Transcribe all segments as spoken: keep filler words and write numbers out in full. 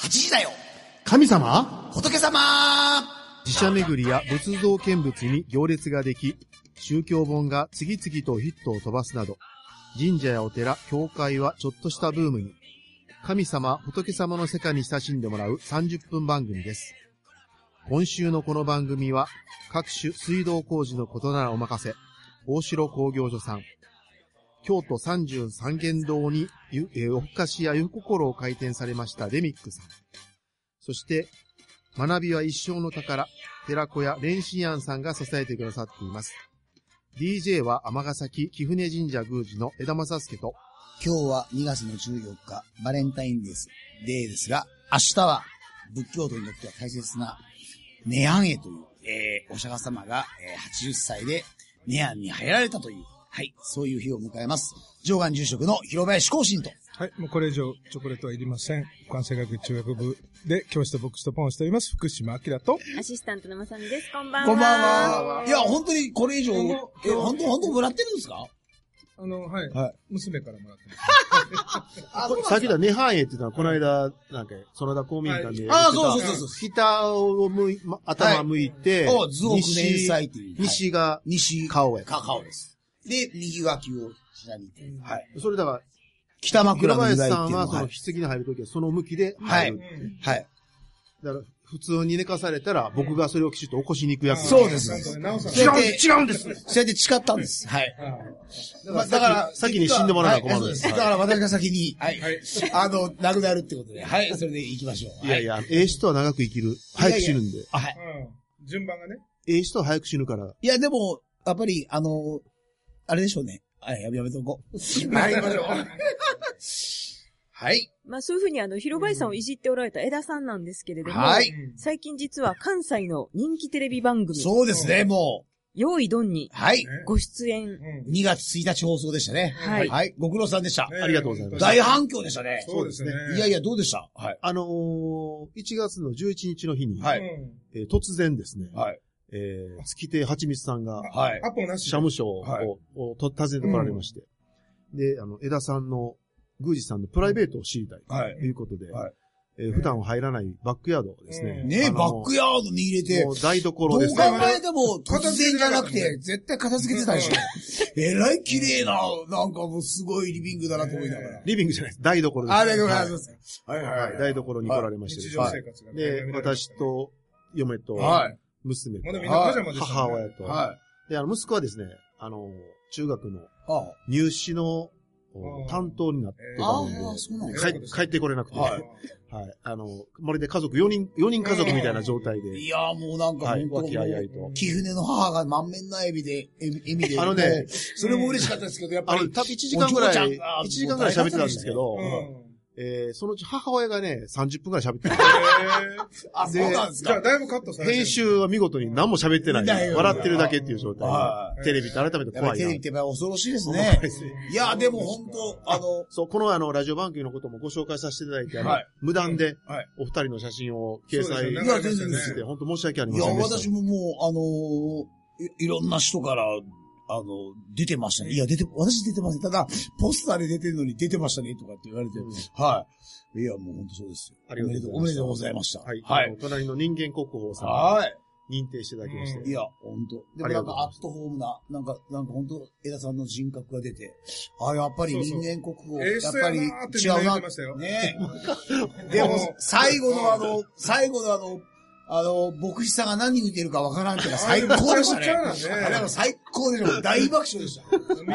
はちじだよ。 神様、 仏様。 寺社巡りや仏像見物に行列ができ、宗教本が次々とヒットを飛ばすなど、神社やお寺、教会はちょっとしたブームに、神様、仏様の世界に親しんでもらうさんじゅっぷん番組です。今週のこの番組は、各種水道工事のことならお任せ、大城工業所さん、京都三十三間堂におふかしや湯心を開店されましたレミックさん、そして、学びは一生の宝、寺子屋蓮心庵さんが支えてくださっています。ディージェー は尼崎貴船神社宮司の枝正介と、 今日はにがつのじゅうよっか、バレンタインデーです。デーですが、明日は仏教徒にとっては大切なネアンへという、えー、お釈迦様が、えー、はちじゅっさいでネアンに入られたという、はい、そういう日を迎えます。上岸住職の広林光信と。 はい、もうこれ以上チョコレートはいりません。関西学院中学部で教師とボックスとポンをしております。福島明と。 アシスタントのまさみです。こんばんは。 こんばんは。いや、本当にこれ以上、え、本当、本当もらってるんですか？ あの、はい。はい、娘からもらってます。さっきだ、涅槃へって言ったのは、この間、なんか、園田公民館で。 ああ、そうそうそうそう。 北を向い、ま、頭向いて、 はい、図憶連載っていう。 西が、 西、 顔へ。 顔です。で、右脇を左に。 はい。それだから、 北枕の由来っていうのは。 広林さんは、その棺に入るときは、その向きで入る。 はい。はい。 だから、普通に寝かされたら、僕がそれをきちっと起こしに行くやつ。 そうです。 違うんです、違うんです。 それで誓ったんです。はい。 だから、先に死んでもらうのは困るんです。 だから私が先に、はい。あの、亡くなるってことで、はい。それで行きましょう。 いやいや、ええ人は長く生きる。早く死ぬんで。 はい。 順番がね。 ええ人は早く死ぬから。 いや、でも、やっぱり、あの、あれでしょうね。はい、やめ、やめとこう。 はい、行きましょう。 はい。 まあそういうふうにあの、広林さんをいじっておられた枝さんなんですけれども、 はい。 最近実は関西の人気テレビ番組。 そうですね、もう。 用意ドンに。 はい。 ご出演。 にがつついたち放送でしたね。 はい。 はい。ご苦労さんでした。 ありがとうございます。 大反響でしたね。 そうですね。 いやいや、どうでした？はい。 あのー、いちがつのじゅういちにちの日に、 はい。 えー、突然ですね。 はい。 えー、月亭はちみつさんが、 はい。 アポなし。 社務所を、はい、を訪ねてこられまして、うん、で、あの、枝さんの、宮司さんのプライベートを知りたい。はい。ということで、はい。えー、普段は入らないバックヤードですね。 うん、ねえ、バックヤードに入れて。 もう台所ですね。 どう考えても突然じゃなくて、絶対片付けてたでしょ。えらい綺麗な、なんかもうすごいリビングだなと思いながら。 リビングじゃないです。台所です。 あ、台所です。 はいはいはい。台所に来られまして。 日常生活が。 で、私と嫁と、娘と、母親と、で、あの、息子はですね、あの、中学の入試の担当になってたので、帰ってこれなくて、はい。あの、まるで家族、よにん、よにん家族みたいな状態で。 いやもうなんか、 和気あいあいと。 貴船の母が満面な笑みで、笑みで。あのね、それも嬉しかったですけど、やっぱり。 多分いちじかんぐらい、いちじかんぐらい喋ってたんですけど、えー、そのうち母親がね、さんじゅっぷんくらい喋ってた。 あ、そうなんですか。 じゃあ、だいぶカットされてる。 編集は見事に何も喋ってない。笑ってるだけっていう状態。テレビって改めて怖いな。 テレビってやっぱ恐ろしいですね。いや、でも本当あの、 そう、このあの、ラジオ番組のこともご紹介させていただいて、あの、無断で、お二人の写真を掲載して、本当申し訳ありません。 いや、私ももう、あの、いろんな人から、あの、出てましたね。いや、出て、私出てません。ただ、ポスターで出てるのに出てましたね、とかって言われて。うん、はい。いや、もう本当そうですよ。 ありがとうございます。 おめでとうございました。 はい。はい。隣の人間国宝さん。 はい。 認定していただきまして。 いや、本当でもなんかアットホームな、なんか、なんか本当枝さんの人格が出て、あ、やっぱり人間国宝、やっぱり違うな。ねでも、最後のあの、最後のあの、あの、牧師さんが何言ってるかわからんけど、最高でしたね。あれは最高でした。大爆笑でした。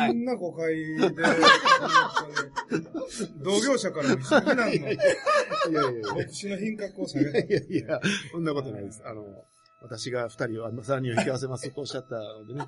みんな誤解で、同業者からも非難の、いやいや牧師の品格を下げた。 いやいや、そんなことないです。あの、私が二人を、三人を引き合わせますとおっしゃったのでね。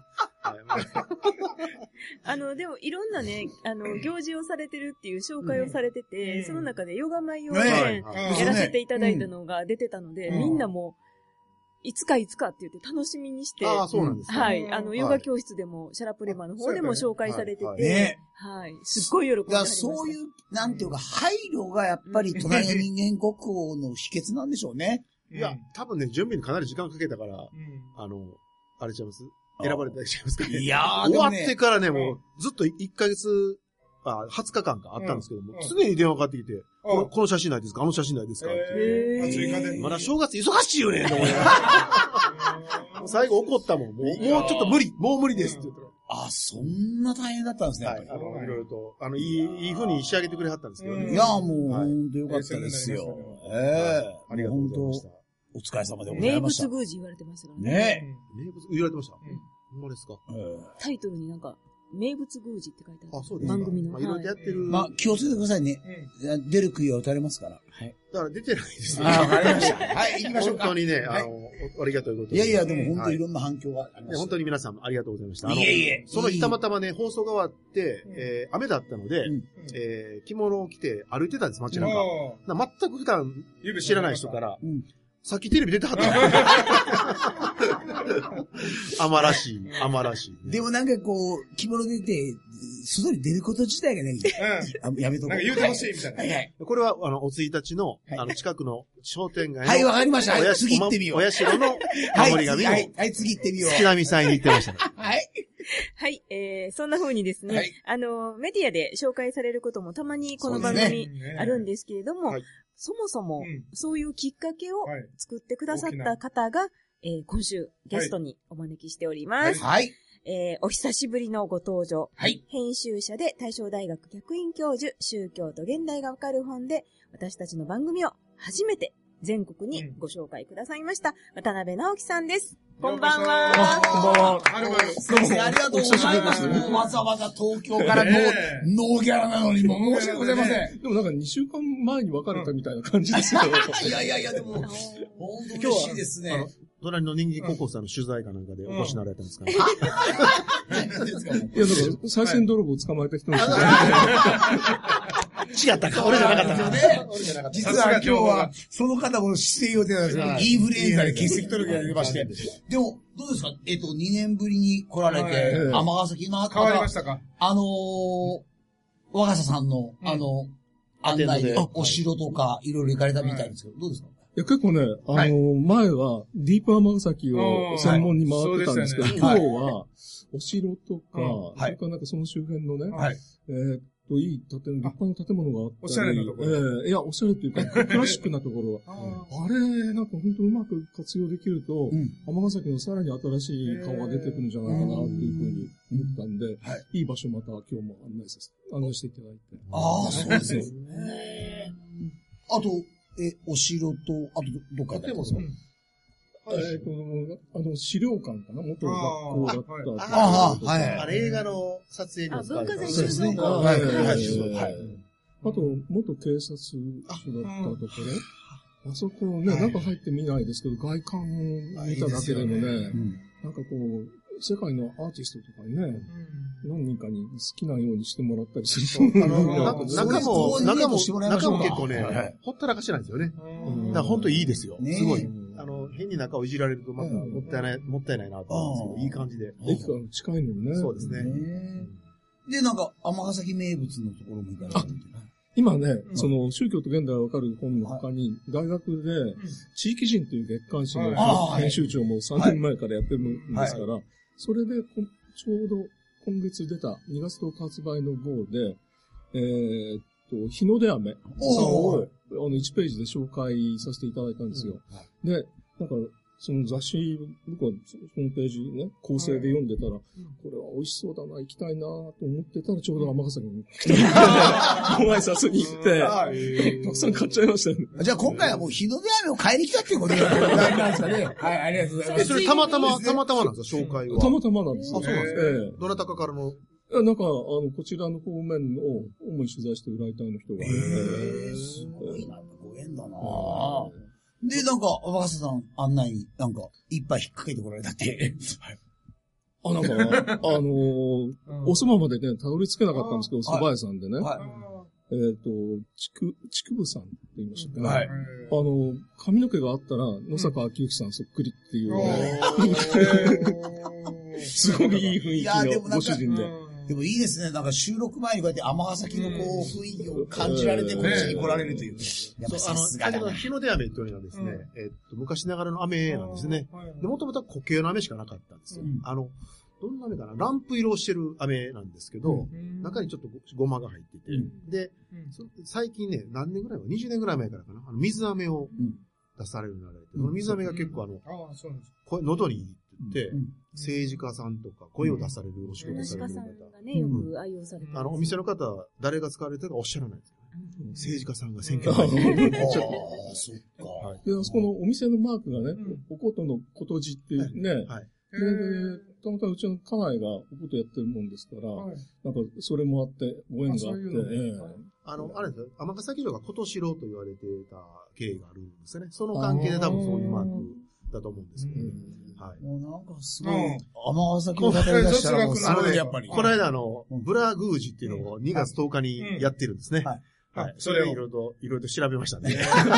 あの、でもいろんなね、あの、行事をされてるっていう紹介をされてて、うん、その中でヨガ舞をね、やらせていただいたのが出てたので、うん、みんなも、いつかいつかって言って楽しみにして、 ああ、そうなんですね。 はい。あの、ヨガ教室でも、シャラプレマの方でも紹介されてて、ね、はい。すっごい喜んでました。 そういう、なんていうか、配慮がやっぱり隣の人間国宝の秘訣なんでしょうね。 いや、多分ね、準備にかなり時間かけたから、あの、あれちゃいます選ばれたりしますかね。 いやー、 終わってからね、もう、ずっといっかげつあ、はつかかんかあったんですけども、常に電話かかってきて、この写真ないですかあの写真ないですかってまだ正月忙しいよねと思いながら。最後怒ったもん。もう、もうちょっと無理、もう無理ですって言ったら。 あ、そんな大変だったんですね。 はい。あの、いろいろと、あの、いい、いい風に仕上げてくれはったんですけどね。 いや、もう、ほんとよかったですよ。ええ。 ありがとうございました。 お疲れ様でございました。 名物宮司言われてましたからね。 ね名物、言われてました。ほんまですか。 タイトルになんか、名物宮司って書いてある。 あ、そうです番組の。 まあ、いろいろやってる。 まあ、気をつけてくださいね。出る杭は打たれますから。 はい。だから出てないですね。 あ、わかりました。はい、行きましょうか。 本当にね、あの、ありがとうございます。 いやいや、でも本当にいろんな反響がありました。 本当に皆さんありがとうございました。 いえいえ。 その日たまたまね、放送が終わって、えー、雨だったので、えー、着物を着て歩いてたんです、街中。全く普段知らない人から、さっきテレビ出てはった甘らしい、甘らしい。 でもなんかこう、着物出て、外に出ること自体がね、うん、やめとこう。 なんか言うてほしいみたいな。はいはい。 これは、あの、おついたちの、あの、近くの商店街の。 はい、わかりました。はい、次行ってみよう。 お社の守り神の。 はい、はい、次行ってみよう。 月並さんに行ってました。 はい。 はい、えー、そんな風にですね、はい、あの、メディアで紹介されることもたまにこの番組あるんですけれども、はい、そもそも、そういうきっかけを作ってくださった方が、えー、今週ゲストにお招きしております。 はい。 えー、お久しぶりのご登場。 はい。 編集者で大正大学客員教授、宗教と現代がわかる本で、私たちの番組を初めて全国にご紹介くださいました、渡辺直樹さんです。こんばんは。 こんばんは。 ありがとうございます。わざわざ東京からノー、ノーギャラなのにも申し訳ございません。 でもなんかにしゅうかんまえに別れたみたいな感じですけど。 いやいやいや、でも、本当に嬉しいですね。 隣の人気高校さんの取材かなんかでお越しになられたんですかね。 いや、だから、再選泥棒を捕まえた人の取材。 違ったか。俺じゃなかったね。実は今日は、その方も出演予定なんですが、インフルエンザで欠席届が出まして。でも、どうですかえっと、にねんぶりに来られて、尼崎の変わりましたかあのー、若狭さんの、あの、案内で、お城とか、いろいろ行かれたみたいですけど、どうですかいや、結構ね、あの、前は、ディープ尼崎を専門に回ってたんですけど、今日は、お城とか、それからなんかその周辺のね、えっと、いい建物、立派な建物があったり。 おしゃれなところ。ええ、いや、おしゃれっていうか、クラシックなところは。あれ、なんか本当うまく活用できると、尼崎のさらに新しい顔が出てくるんじゃないかな、っていうふうに思ったんで、いい場所また今日も案内させて、案内していただいて。 ああ、そうですね。あと、え、お城と、あと、どっかやってますかえっと、あの、資料館かな元学校だった。 ああ、はい。あれ映画の撮影にも使われてる。 そうですね。 はい。はい。あと、元警察署だったところ。あそこね、中入ってみないですけど、外観を見ただけでもね、なんかこう、世界のアーティストとかにね、何人かに好きなようにしてもらったりする。 あの、中も、中も、中も結構ね、ほったらかしなんですよね。だから本当いいですよ。すごい。あの、変に中をいじられるとまたもったいない、もったいないなと思うんですけど、いい感じで。 駅から近いのにね。 そうですね。 で、なんか、尼崎名物のところも行かれてる。 今ね、その、宗教と現代がわかる本の他に、大学で、地域人という月刊誌の編集長もさんねんまえからやってるんですから、それで、ちょうど今月出たにがつとおか発売の号で、えー、っと、日の出飴さんを、あの、いちページで紹介させていただいたんですよ。で、なんか、その雑誌、僕はホームページね、構成で読んでたら、これは美味しそうだな、行きたいなと思ってたら、ちょうど尼崎に来て、ご挨拶に行って、たくさん買っちゃいましたよね。 じゃあ今回はもう日の出飴を買いに来たっていうことなんですかね。はい、ありがとうございます。 それたまたま、たまたまなんですか、紹介は。 たまたまなんですよ。 あ、そうなんですね。どなたかからのなんか、あの、こちらの方面を主に取材してるライターの人が。 へー、すごいな、ご縁だなぁ。で、なんか、若狭さん案内になんか、いっぱい引っ掛けてこられたって。 あ、なんか、あのー、お蕎麦までね、たどり着けなかったんですけど、蕎麦屋さんでね。はい、えっと、ちく、ちくぶさんって言いましたっけ、はい、あの、髪の毛があったら、野坂昭之さんそっくりっていう、ね。すごくいい雰囲気のご主人で。 でもいいですね。なんか収録前にこうやって尼崎のこう雰囲気を感じられてこっちに来られるという。やっぱさすがだな。 日の出飴というのはですね、えっと、昔ながらの飴なんですね。で、もともとは固形の飴しかなかったんですよ。あの、 どんな飴かな、ランプ色をしてる飴なんですけど、うん、中にちょっとごまが入ってて、うん、で、うん、最近ね、何年ぐらい前、にじゅうねんぐらい前からかな、あの水飴を出されるようになられて、うん、その水飴が結構あの、うん、喉にいいって言って、うん、政治家さんとか声を出されるお仕事される方、 うん、がね、よく愛用されてる、 うん、あの、お店の方は誰が使われてるかおっしゃらないですよね。うん、政治家さんが選挙に入ってる。ああ、 そっか。はい、で、あそこのお店のマークがね、うん、おことのことじっていうね、はいはい、で、たまたまうちの家内がおことやってるもんですから、はい、なんかそれもあって、ご縁があって、あ, えー、あの、あれですよ、尼崎城がことしろと言われてた経緯があるんですよね。その関係で多分そういうマークだと思うんですけど、ね。はい。 もうなんかすごい、尼崎を語り出したらもうすごいやっぱり。 この間あの、ブラグージっていうのをにがつとおかにやってるんですね。はい。はい。それをいろいろと、いろいろと調べましたね。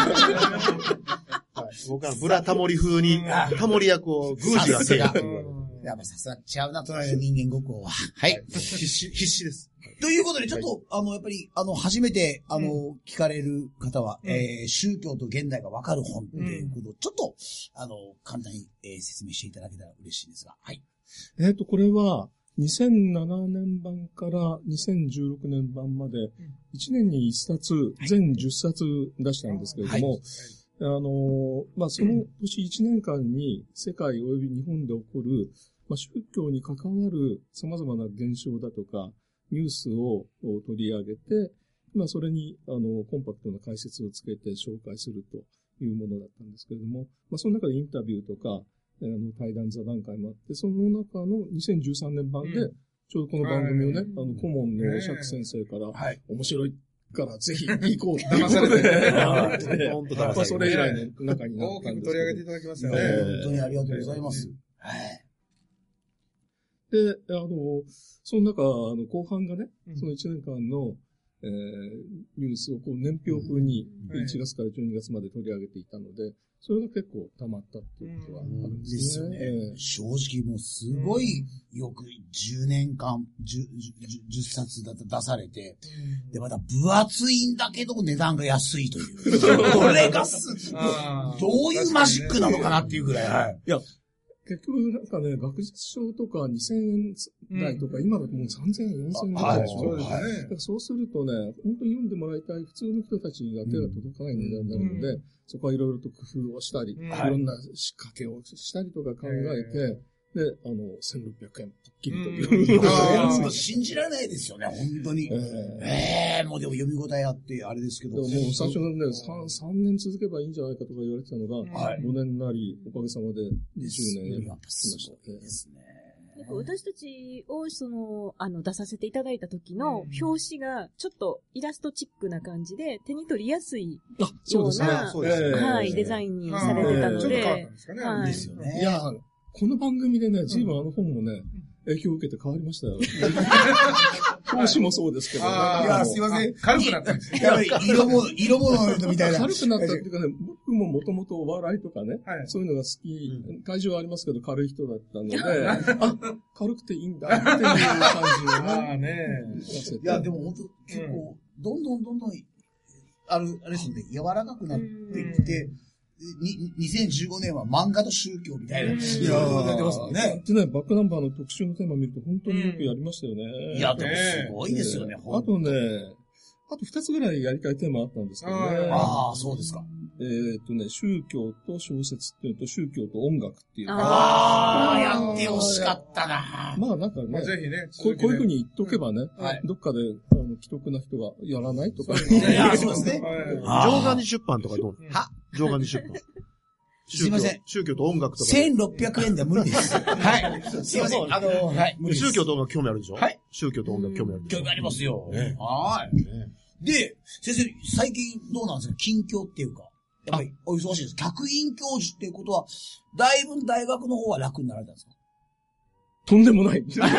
はい。僕はブラタモリ風に、タモリ役をグージがせや。 やっぱさすが違うな、隣の人間ごっこは。はい。 必死、必死です。 ということで、ちょっと、はい、あの、やっぱり、あの、初めて、あの、うん、聞かれる方は、うん、えー、宗教と現代がわかる本っていうことを、ちょっと、あの、簡単に、えー、説明していただけたら嬉しいんですが、はい。 えっと、これは、にせんななねん版からにせんじゅうろくねん版まで、いちねんにいっさつ、全じゅっさつ出したんですけれども、はい、あの、まあ、その年いちねんかんに世界及び日本で起こる、まあ、宗教に関わる様々な現象だとか、ニュースを取り上げて、まあ、それに、あの、コンパクトな解説をつけて紹介するというものだったんですけれども、まあ、その中でインタビューとか、あの、対談座談会もあって、その中のにせんじゅうさんねん版で、ちょうどこの番組をね、あの、顧問の釈先生から、面白いからぜひ行こうっていうことで、本当だ。それ以来の中になったんですけど。大きく取り上げていただきましたね。 本当にありがとうございます。はい。 で、あの、その中、あの、後半がね、そのいちねんかんの、えー、ニュースをこう年表風にいちがつからじゅうにがつまで取り上げていたので、それが結構溜まったっていうことがあるんですね。ですよね。 正直もうすごいよくじゅうねんかん、じゅっさつだと出されて、で、また分厚いんだけど値段が安いという。これがす、どういうマジックなのかなっていうぐらい。はい。 いや、結局なんかね、学術書とかにせんえん台とか、うん、今だともうさんぜんえん、よんせんえんぐらいでしょ。そうですね。だからそうするとね、本当に読んでもらいたい普通の人たちが手が届かない値段になるので、うん、そこはいろいろと工夫をしたり、うん、いろんな仕掛けをしたりとか考えて、で、あの、せんろっぴゃくえん、ポッキリという。 うん、信じられないですよね、本当に。えー、えー、もうでも読み応えあって、あれですけど。 でももう最初のね、さんねん続けばいいんじゃないかとか言われてたのが、はい、ごねんなり、おかげさまでじゅうねんやってましたね。ですね。 私たちを、その、あの、出させていただいた時の表紙が、ちょっとイラストチックな感じで、手に取りやすいような、はい、デザインにされてたので。ちょっと変わったんですかね。はい。ですよね。 いや、この番組でね、随分あの本もね、影響を受けて変わりましたよ。表紙もそうですけどね。いや、すいません。 軽くなったんですやっぱり色も、色物みたいな。 軽くなったっていうかね、僕ももともとお笑いとかね、はい、そういうのが好き、うん、会場はありますけど軽い人だったので、あ、軽くていいんだっていう感じをね。あねいや、でも本当結構、どんどんどんどん、ある、あれですね、柔らかくなっていって、に、にせんじゅうごねんは漫画と宗教みたいな。いやー、出てますね。でね、バックナンバーの特集のテーマ見ると本当によくやりましたよね。 いや、でもすごいですよね、 あとね、あと二つぐらいやりたいテーマあったんですけどね。 ああ、そうですか。 えっとね、宗教と小説っていうと、宗教と音楽っていう。 ああ、やってほしかったな。 まあなんかね、 ぜひねこういうふうに言っとけばね、どっかで、あの、既得な人がやらないとか。いや、そうですね。 上眼寺出版とかどうは上眼寺出版。 すいません。 宗教と音楽とか。 せんろっぴゃくえんでは無理です。はい。すいません。あの、はい。 宗教と音楽興味あるでしょはい。 宗教と音楽興味ある。 興味ありますよ。はい。で、先生、最近どうなんですか近況っていうか。やっぱりお忙しいです。客員教授っていうことは、だいぶ大学の方は楽になられたんですかとんでもない。とんでもない。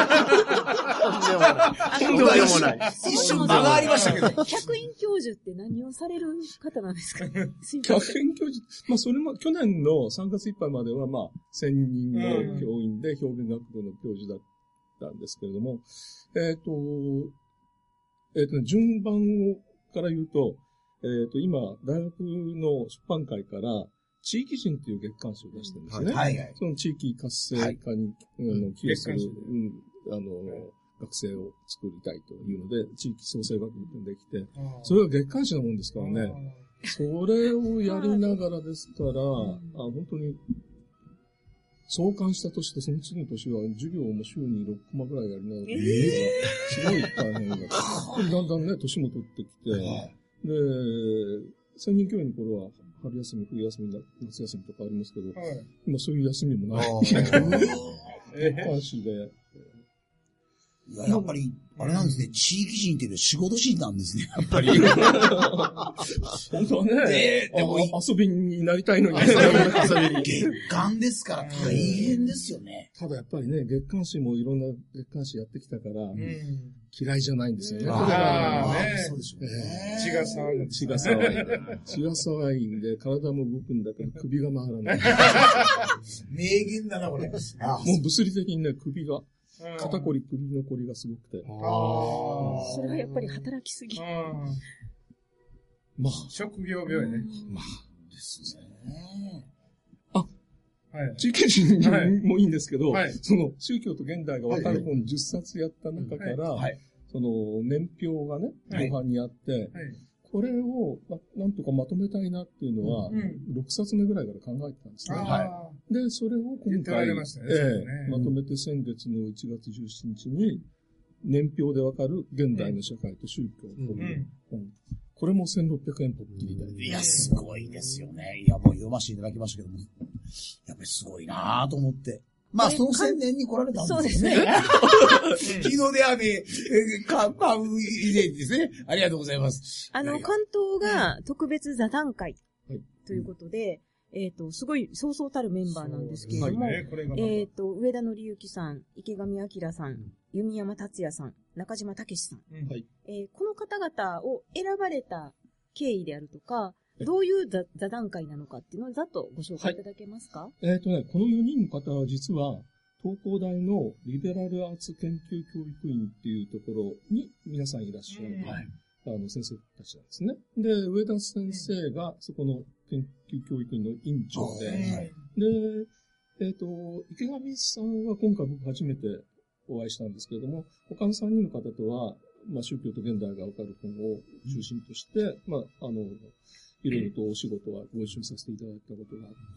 とんでもない。 一瞬間がありましたけど。 客員教授って何をされる方なんですか客員教授、まあそれも去年のさんがついっぱいまではまあせんにんの教員で表現学部の教授だったんですけれども、えっと、えっとね、順番をから言うと、えっと今大学の出版会から地域人っていう月刊誌を出してるんですね。 はいはい。 その地域活性化に、はい、あの寄与する、うん、あの、学生を作りたいというので、地域創生学部できて、それが月刊誌のもんですからね。それをやりながらですから、あ本当に、創刊した年とその次の年は授業も週にろくコマぐらいやりながら、えー、すごい大変だった。だんだんね、年も取ってきて、で、専任教員の頃は春休み、冬休み、夏休みとかありますけど、はい、今そういう休みもない。月刊誌で。 いや、やっぱり、あれなんですね、地域人っていうのは仕事人なんですね、やっぱり。 本当はね、えー、でも遊びになりたいのに、 遊びに。月刊ですから大変ですよね。 ただやっぱりね、月刊誌もいろんな月刊誌やってきたから、うん、嫌いじゃないんですよね。 ああ、ね。そうでしょうね。 血が騒い血が騒い血が騒いんで、体も動くんだけど首が回らない。 名言だな、これ。もう物理的にね、首が。肩こり、首のこりがすごくて。 ああ。それはやっぱり働きすぎ。 まあ。 職業病ね。 まあ。ですね。 あ、はい。地域人もいいんですけど、はい、その宗教と現代が分かる本じゅっさつやった中から、はいはい、その年表がね、後半にあって、はいはいこれをな、なんとかまとめたいなっていうのは、うん、ろくさつめぐらいから考えてたんですね。はい、で、それを今回、ねえー、まとめて先月のいちがつじゅうしちにちに、年表でわかる現代の社会と宗教という本、うんうん。これもせんろっぴゃくえんぽっきりで。 いや、すごいですよね。いや、もう読ませていただきましたけども、やっぱりすごいなぁと思って。まあ、その宣伝に来られたんですね。そうですね。日の出雨、か、か、以前ですね。ありがとうございます。 あの、関東が特別座談会ということで、はい、えっ、ー、と、すごいそうそうたるメンバーなんですけれども、ね、えっ、ー、と、上田紀之さん、池上彰さん、うん、弓山達也さん、中島武さん、うんはいえー、この方々を選ばれた経緯であるとか、どういう座座談会なのかっていうのをざっとご紹介いただけますか？はい、 えっ、ー、とね、このよにんの方は実は、東工大のリベラルアーツ研究教育院っていうところに皆さんいらっしゃる、はい、あの先生たちなんですね。で、上田先生がそこの研究教育院の院長で、はい、で、えっ、ー、と、池上さんは今回僕初めてお会いしたんですけれども、他のさんにんの方とは、まあ宗教と現代がわかる本を中心として、うん、まあ、あの、いろいろとお仕事はご一緒にさせていただいたことがあって、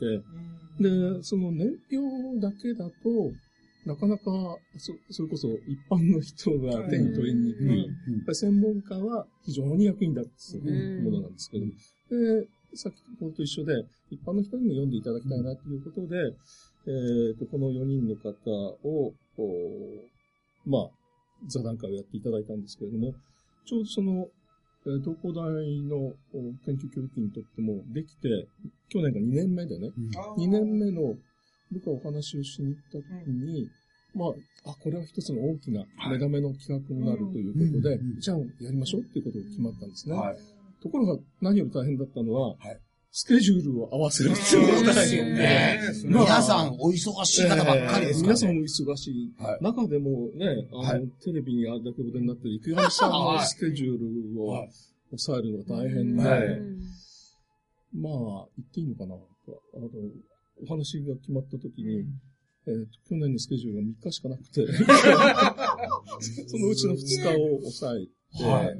で、その年表だけだと、なかなか、そ、それこそ一般の人が手に取りにくい、やっぱり専門家は非常に役に立つものなんですけども、で、さっきのと一緒で、一般の人にも読んでいただきたいなということで、えっと、このよにんの方を、まあ、座談会をやっていただいたんですけれども、ちょうどその、東工大の研究教育にとってもできて、去年がにねんめでね、うん、にねんめの僕がお話をしに行った時に、うん、まあ、あ、これは一つの大きな目玉の企画になるということで、うん、じゃあやりましょうっていうことが決まったんですね。はい、ところが何より大変だったのは、はい、スケジュールを合わせる必要がですよね。皆さんお忙しい方ばっかりですからね。 皆さんお忙しい。はい、中でもね、あの、はい、テレビにあれだけことになってる池上さんのスケジュールを抑えるのが大変で、はい、まあ、言っていいのかな。あの、お話が決まった時に、うんえー、去年のスケジュールがみっかしかなくて、そのうちのふつかを抑えて、はい、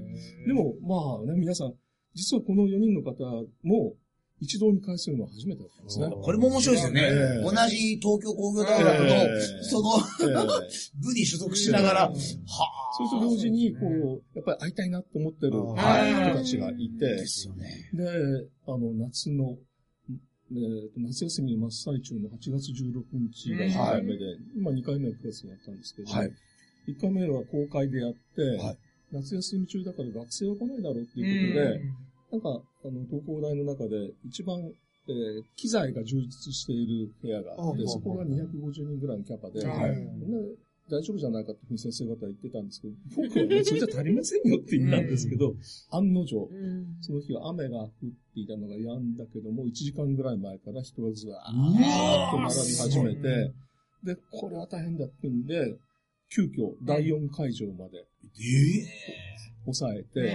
でもまあね、皆さん、実はこのよにんの方も、一堂に会するのは初めてだったんですね。 これも面白いですよね。えー、同じ東京工業大学の、えー、その、えー、部に所属しながら、えー、はあ。それと同時に、こう、やっぱり会いたいなと思ってる人たちがいて、 ですよね。 で、あの、夏の、えー、夏休みの真っ最中のはちがつじゅうろくにちがいっかいめで、はい、今にかいめはくがつにやったんですけど、はい、いっかいめは公開でやって、はい、夏休み中だから学生は来ないだろうっていうことで、なんか、あの、東工大の中で一番、えー、機材が充実している部屋があって、そこがにひゃくごじゅうにんぐらいのキャパで、はい、大丈夫じゃないかっていうふうに先生方は言ってたんですけど、僕はね、それじゃ足りませんよって言ったんですけど、案の定、その日は雨が降っていたのが止んだけども、いちじかんぐらい前から人がずわーっと並び始めて、で、これは大変だって言うんで、急遽だいよんかいじょうまで、抑えて、はい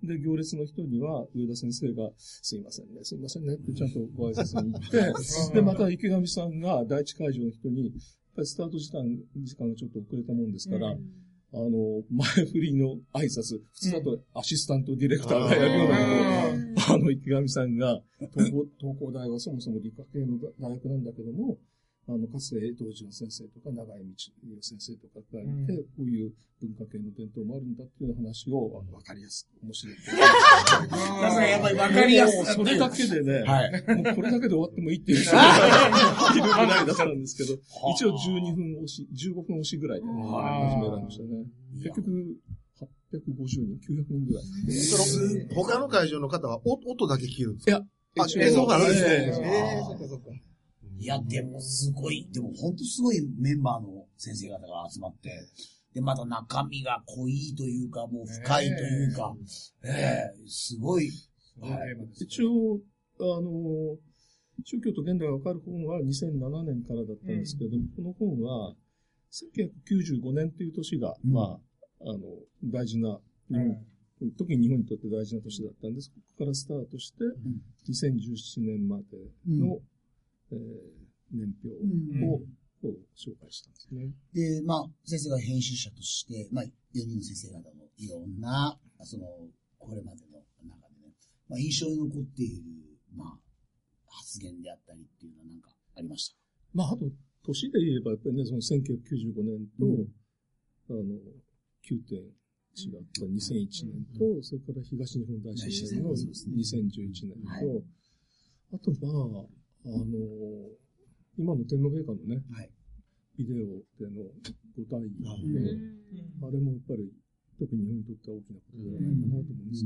で、行列の人には、上田先生が、すいませんね、すいませんねってちゃんとご挨拶に行って、で、また池上さんが第一会場の人に、やっぱりスタート時間、時間がちょっと遅れたもんですから、うん、あの、前振りの挨拶、普通だとアシスタントディレクターがやるようなことを、あの、池上さんが、東工、東工大はそもそも理科系の大学なんだけども、あの、かつて江藤淳先生とか長井道先生とかがいて、うん、こういう文化系の伝統もあるんだっていう話を分かりやすく、面白い。 だからやっぱり分かりやすく。 それだけでね、はい、もうこれだけで終わってもいいっていう人がいるぐらいだったんですけど、一応じゅうにふん押し、じゅうごふん押しぐらいで始められましたね。結局、はっぴゃくごじゅうにん、きゅうひゃくにんぐらい。 その、他の会場の方は音だけ聞けるんですか？ いや、 あ、映像があるんですね。 えー、そっかそっか。いや、でもすごい、でも本当すごいメンバーの先生方が集まって、で、また中身が濃いというか、もう深いというか、ええー、すごい。 はい、一応、あの、宗教と現代がわかる本はにせんななねんからだったんですけど、うん、この本は、せんきゅうひゃくきゅうじゅうごねんという年が、うん、まあ、あの、大事な、日本、うん、特に日本にとって大事な年だったんです。ここからスタートして、うん、にせんじゅうななねんまでの、うんえー、年表を、うん、紹介したんですね。 で、まあ、先生が編集者として、まあ、よにんの先生方のいろんな、その、これまでの中でね、まあ、印象に残っている、まあ、発言であったりっていうのは何かありました？ まあ、あと、年で言えば、やっぱりね、そのせんきゅうひゃくきゅうじゅうごねんと、うん、あの、きゅうてん違ったにせんいちねんと、うん、それから東日本大震災のにせんじゅういちねんと、はい、あと、まあ、あのー、今の天皇陛下のね、はい、ビデオでのご対応で、あれもやっぱり特に日本にとっては大きなことではないかなと思うんですね。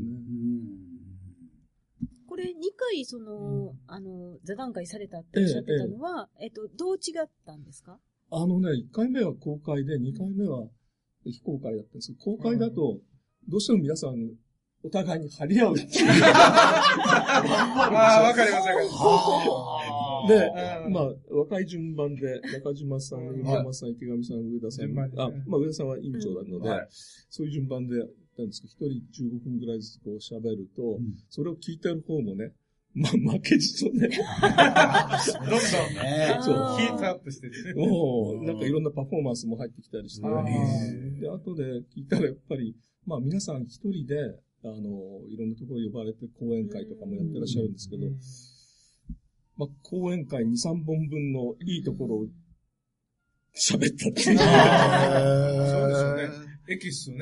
これにかいその、うん、あの、座談会されたっておっしゃってたのは、えええっと、どう違ったんですか？ あのね、いっかいめは公開で、にかいめは非公開だったんですけど、公開だと、どうしても皆さん、お互いに張り合うっていう。 ああ、わかりますわかります。 で、まあ、若い順番で、中島さん、山山さん、池上さん、上田さん、あ、まあ、上田さんは委員長なので、そういう順番でやったんですけど、一人じゅうごふんぐらいずつこう喋ると、それを聞いてる方もね、まあ、負けじとね。どんどんね。そう。ヒートアップしてて。 もう、なんかいろんなパフォーマンスも入ってきたりして、で、後で聞いたらやっぱり、まあ、皆さん一人で、あの、いろんなところ呼ばれて講演会とかもやってらっしゃるんですけど、まあ、講演会に、さんぼんぶんのいいところを喋ったっていう。 そうですよね。エキスね。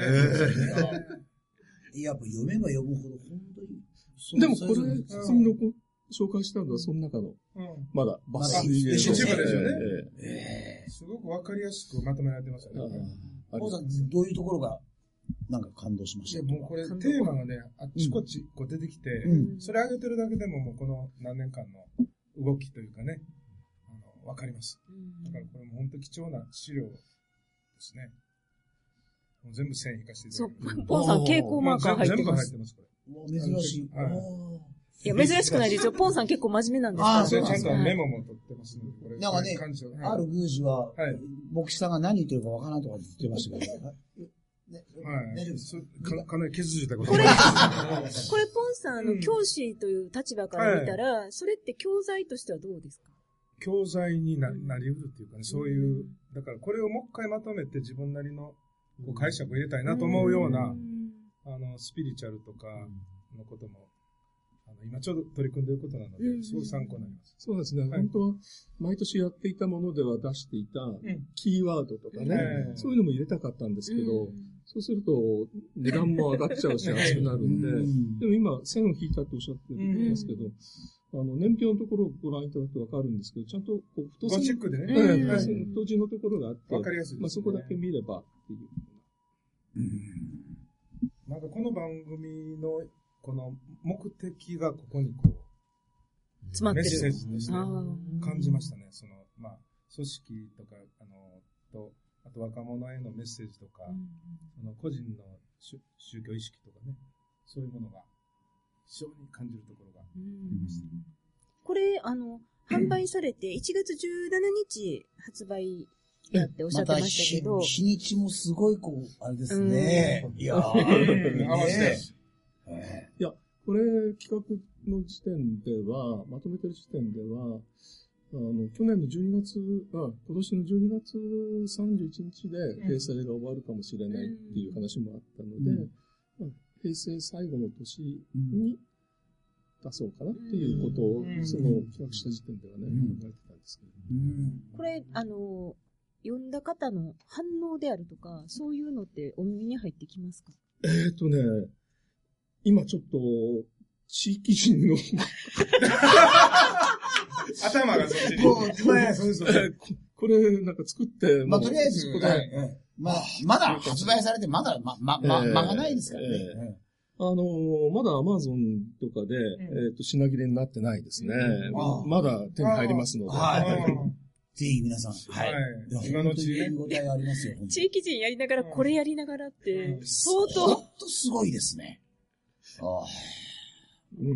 やっぱ読めば読むほど本当に。 でもこれ、次の紹介したのはその中の、まだ抜粋で。一部ですよね。すごくわかりやすくまとめられてますよね。 ポーさん、どういうところがなんか感動しました？ もうこれテーマがね、あっちこっちこう出てきて、うん、それ上げてるだけでももうこの何年間の動きというかね、あの、わかります。だからこれも本当貴重な資料ですね。もう全部線引かせていただきます。 そう、ポンさん蛍光マーカー入ってます。 全部入ってます、これ。珍しい。はい。 いや、珍しくないですよ。ポンさん結構真面目なんですから。 ああ、それちゃんとメモも取ってますので、これ。 なんかね、ある宮司は、牧師さんが何言ってるかわからんとか言ってましたけど、 ね、はい。か、かなり傷ついたことこれ、これ、ポンさん、あの、教師という立場から見たら、はい、それって教材としてはどうですか？ 教材にな、なり得るっていうかね、そういう、だからこれをもう一回まとめて自分なりのこう解釈を入れたいなと思うような、あの、スピリチュアルとかのことも、あの、今ちょうど取り組んでいることなので、すごく参考になります。 そうですね。はい、本当は、毎年やっていたものでは出していた、キーワードとかね、うん、そういうのも入れたかったんですけど、うん、そうすると、値段も上がっちゃうし、熱くなるんで、うん、でも今、線を引いたっておっしゃってるんですけど、うん、あの、年表のところをご覧いただくとわかるんですけど、ちゃんと、こう、太字。ごチェックでね。 太字のところがあって、 わかりやすいですね。 まあ、そこだけ見ればっていう。 うん、なんかこの番組の、この目的がここにこう、 詰まってる。 メッセージとして感じましたね。その、まあ、組織とか、あの、と、あと若者へのメッセージとか、うん、その個人の宗教意識とかね、そういうものが非常に感じるところがありました。 これ、あの、販売されていちがつじゅうしちにち発売だっておっしゃってましたけど。 また日にちもすごいこう、あれですね。いやー、 合わせて。 いや、これ企画の時点では、まとめてる時点では、あの、去年のじゅうにがつ、あ、今年のじゅうにがつさんじゅういちにちで閉鎖が終わるかもしれないっていう話もあったので、うんまあ、平成最後の年に出そうかなっていうことを、うん、その企画した時点ではね、うん、考えてたんですけど、 うん。これ、あの、読んだ方の反応であるとか、そういうのってお耳に入ってきますか？ えーとね、今ちょっと、地域人の頭がそっちに。 もう、そうですよね。 これ、なんか作って、 まあ、とりあえず、はい、まあ、まだ発売されて、まだ、ま、ま、ま、間がないですからね。えー、あのー、まだアマゾンとかで、うん、えっと、品切れになってないですね。うん、まだ手に入りますので。 はい。ぜひ皆さん。 はい。今のうちに見応えありますよ。 地域人やりながら、これやりながらって、相当。 ほんとすごいですね。ああ。 うん。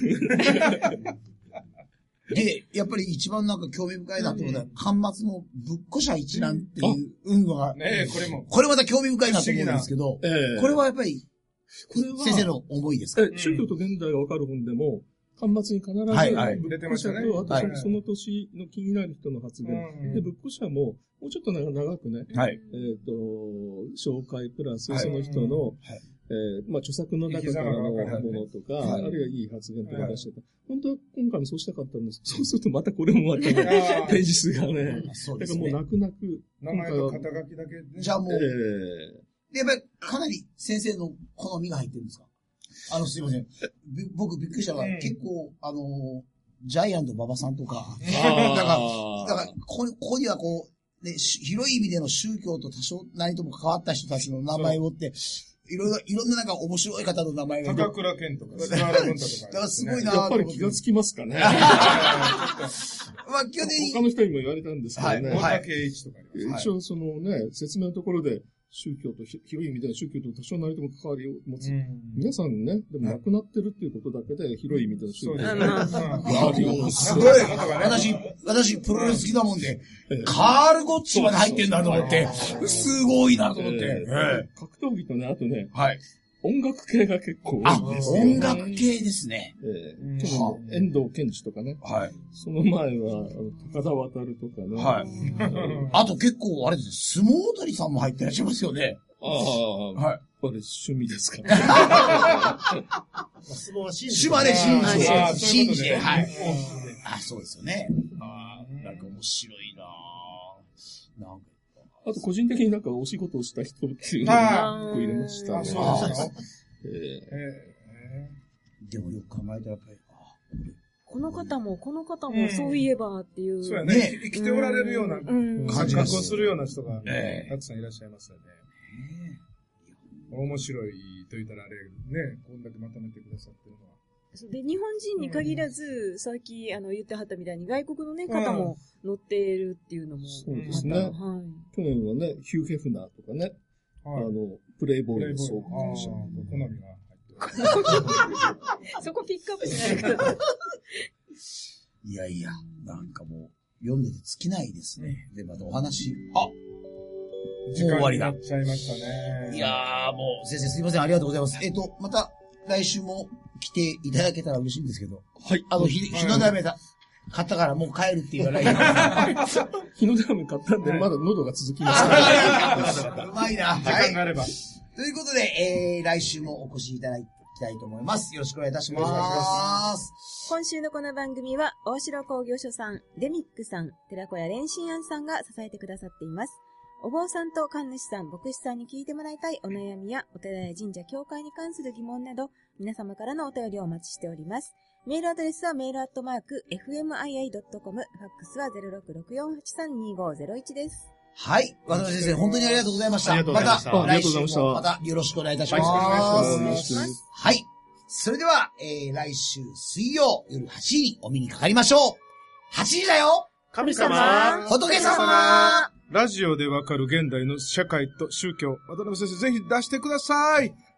で、やっぱり一番なんか興味深いなってことは、巻末のぶっこしゃ一覧っていうのが、 ねこれも。 これまた興味深いなと思うんですけど、これはやっぱり、先生の思いですか？ 宗教と現代がわかる本でも、巻末に必ず、ぶっこしゃと、あとその年の気になる人の発言。で、ぶっこしゃも、もうちょっと長くね、えっと、紹介プラスその人の、えー、まあ、著作の中からのものとか、はい、あるいはいい発言とか出してた。はい、本当は今回もそうしたかったんですけど、そうするとまたこれもまたね、ページ数がね。そうですね。だからもう泣く泣く。 名前と肩書きだけで、ね。 じゃあもう、えー、で、やっぱりかなり先生の好みが入ってるんですか？あの、すいません。僕びっくりしたのが、うん、結構、あの、ジャイアント馬場さんとか、だから、だから、ここ、ここにはこう、ね、広い意味での宗教と多少何とも関わった人たちの名前をって、いろいろ、いろんななんか面白い方の名前が。 高倉健とか、菅原文太とか。 だからすごいなぁ。 やっぱり気がつきますかね。 まあ、基本的に。 他の人にも言われたんですけどね。 大竹栄一とか。 一応そのね、説明のところで、宗教と、広い意味での宗教と多少なりとも関わりを持つ。皆さんね、でも亡くなってるっていうことだけで、広い意味での宗教と関わりを持つ。 すごい私、私、プロレス好きだもんで、カール・ゴッチまで入ってんだと思って、すごいなと思って。 格闘技とね、あとね、 はい。 音楽系が結構多いですよ。音楽系ですね。 ええ。去年、遠藤健二とかね。 はい。 その前は、高田渡るとかね。 はい。あと結構、あれですね、相撲取りさんも入ってらっしゃいますよね。 ああ、はい。これ趣味ですか。 相撲は真珠。島根真珠。真珠。はい。あ、そうですよね。ああ、なんか面白いなぁ。なんか。 あと個人的になんかお仕事をした人っていうのを入れましたね。 あ、そうですか。 えー、でもよく考えたらやっぱり、 この方も、この方もそういえばっていう。 そうやね。生きておられるような感覚をするような人がたくさんいらっしゃいますよね。面白いと言ったらあれね、こんだけまとめてくださってるのは。 で、日本人に限らず、うん、さっきあの言ってはったみたいに外国のね、方も乗っているっていうのも。 そうですね。はい、去年はね、ヒュー・ヘフナーとかね、はい、あの、プレイボーイの総合者。好みが入ってる。そこピックアップしないから。 いやいや、なんかもう、読んでて尽きないですね。で、またお話、あもう終わりだ。 時間になっちゃいましたね。 いやー、もう、先生すいません、ありがとうございます。えっと、また、来週も来ていただけたら嬉しいんですけど。 はい。 あの、ひ、日の出飴だ。買ったからもう帰るって言わないで。 日の出飴買ったんで、まだ喉が続きます。 うまいな。 時間があれば。 ということで、えー、来週もお越しいただきたいと思います。よろしくお願いいたします。 今週のこの番組は、大城工業所さん、デミックさん、寺子屋蓮心庵さんが支えてくださっています。お坊さんと神主さん、牧師さんに聞いてもらいたいお悩みやお寺や神社、教会に関する疑問など、皆様からのお便りをお待ちしております。メールアドレスはメールアットマーク エフエムアイアイドットコム、ファックスは ゼロろくろくよんはちさんにごゼロいち です。 はい。渡辺先生、本当にありがとうございました。 ありがとうございました。 また来週もまたよろしくお願いいたします。よろしくお願いします。はい。それでは、えー、来週水曜夜はちじにお見にかかりましょう。はちじだよ。 神様、 仏様。 ラジオでわかる現代の社会と宗教、渡辺先生ぜひ出してください。